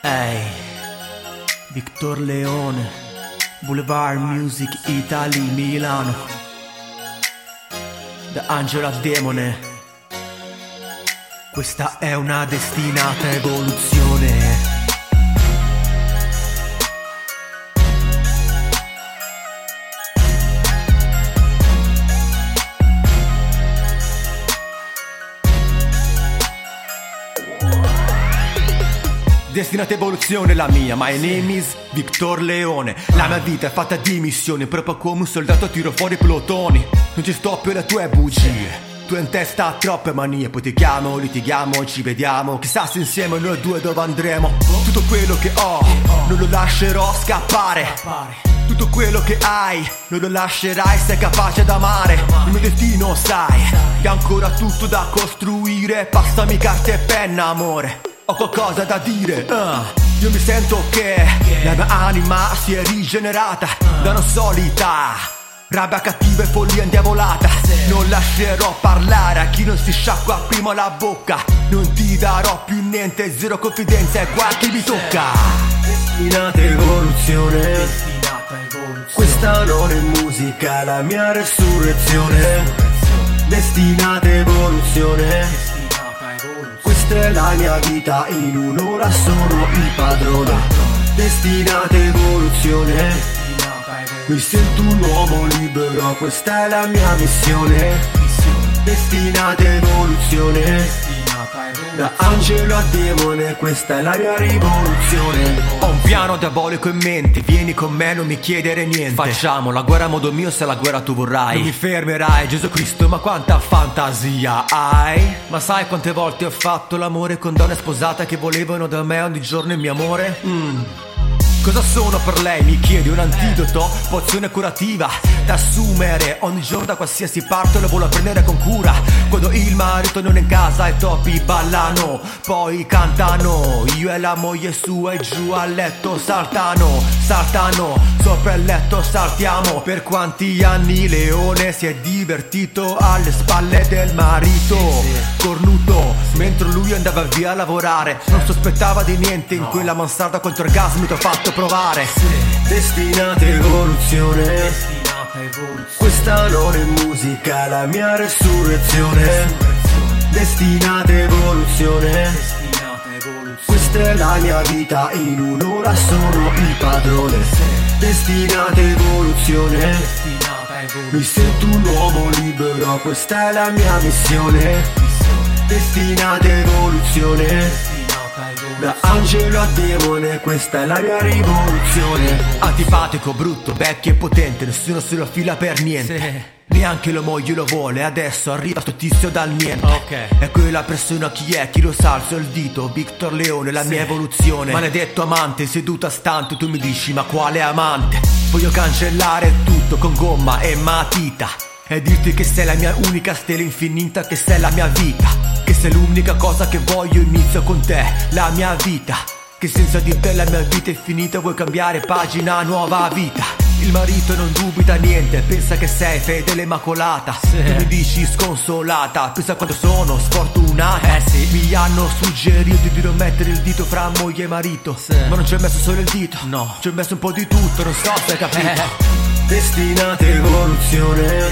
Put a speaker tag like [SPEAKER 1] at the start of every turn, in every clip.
[SPEAKER 1] Ehi, Victor Leone, Boulevard Music Italy, Milano. Da Angelo a Demone. Questa è una destinata evoluzione. Destinata evoluzione la mia, my name is Victor Leone. La mia vita è fatta di missioni, proprio come un soldato tiro fuori plotoni. Non ci sto più le tue bugie, tu in testa a troppe manie. Poi ti chiamo, litighiamo, ci vediamo, chissà se insieme noi due dove andremo. Tutto quello che ho, non lo lascerò scappare. Tutto quello che hai, non lo lascerai, sei capace d'amare. Il mio destino sai, che ancora tutto da costruire. Passami carta e penna amore, ho qualcosa da dire, Io mi sento che la mia anima si è rigenerata da una solita rabbia cattiva e follia indiavolata. Non lascerò parlare a chi non si sciacqua prima la bocca. Non ti darò più niente, zero confidenza e qua chi mi tocca.
[SPEAKER 2] Destinata evoluzione, questa non è musica, la mia resurrezione. Destinata evoluzione, questa è la mia vita, in un'ora sono il padrone. Destinata evoluzione, mi sento un uomo libero, questa è la mia missione. Destinata evoluzione, da angelo a demone, questa è la mia rivoluzione.
[SPEAKER 1] Ho un piano diabolico in mente, vieni con me, non mi chiedere niente. Facciamo la guerra a modo mio se la guerra tu vorrai. Non mi fermerai, Gesù Cristo, ma quanta fantasia hai. Ma sai quante volte ho fatto l'amore con donne sposate che volevano da me ogni giorno il mio amore? Cosa sono per lei? Mi chiedi un antidoto, pozione curativa da assumere ogni giorno da qualsiasi parte, lo vuole prendere con cura. Quando il marito non è in casa i topi ballano, poi cantano. Io e la moglie sua e giù al letto saltano, sopra il letto saltiamo. Per quanti anni Leone si è divertito alle spalle del marito cornuto, mentre lui andava via a lavorare. Non sospettava di niente, in quella mansarda contro orgasmi t'ho fatto provare.
[SPEAKER 2] Destinata evoluzione, questa non è musica, la mia resurrezione. Destinata evoluzione, questa è la mia vita, in un'ora sono il padrone. Destinata evoluzione, mi sento un uomo libero, questa è la mia missione. Destinata evoluzione, da angelo a demone, questa è la mia rivoluzione.
[SPEAKER 1] Antipatico, brutto, vecchio e potente, nessuno se lo fila per niente. Neanche la moglie lo vuole, adesso arriva sto tizio dal niente. E quella persona chi è? Chi lo sa? Alzo il dito, Victor Leone, la mia evoluzione. Maledetto amante, seduto a stante, tu mi dici ma quale amante? Voglio cancellare tutto con gomma e matita e dirti che sei la mia unica stella infinita, che sei la mia vita, che sei l'unica cosa che voglio, inizio con te la mia vita, che senza di te la mia vita è finita, vuoi cambiare pagina, nuova vita. Il marito non dubita niente, pensa che sei fedele immacolata. Tu mi dici sconsolata, pensa quanto sono sfortunata. Mi hanno suggerito di non mettere il dito fra moglie e marito, ma non ci ho messo solo il dito, no, ci ho messo un po' di tutto, non so se hai capito.
[SPEAKER 2] Destinata evoluzione,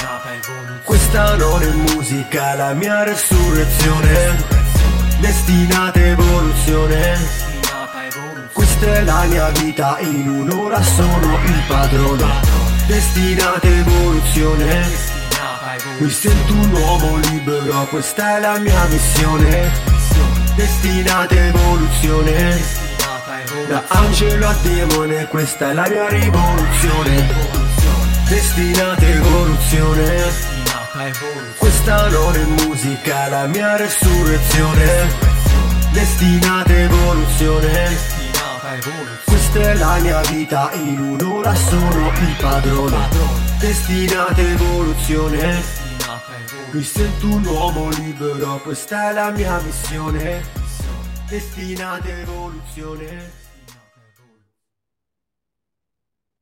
[SPEAKER 2] questa non è musica, la mia resurrezione. Destinata evoluzione, questa è la mia vita, in un'ora sono il padrone. Destinata evoluzione, mi sento un uomo libero, questa è la mia missione. Destinata evoluzione, da angelo a demone, questa è la mia rivoluzione. Destinata evoluzione, questa non è musica, la mia resurrezione. Destinata evoluzione, questa è la mia vita, in un'ora sono il padrone. Destinata evoluzione, mi sento un uomo libero, questa è la mia missione. Destinata evoluzione.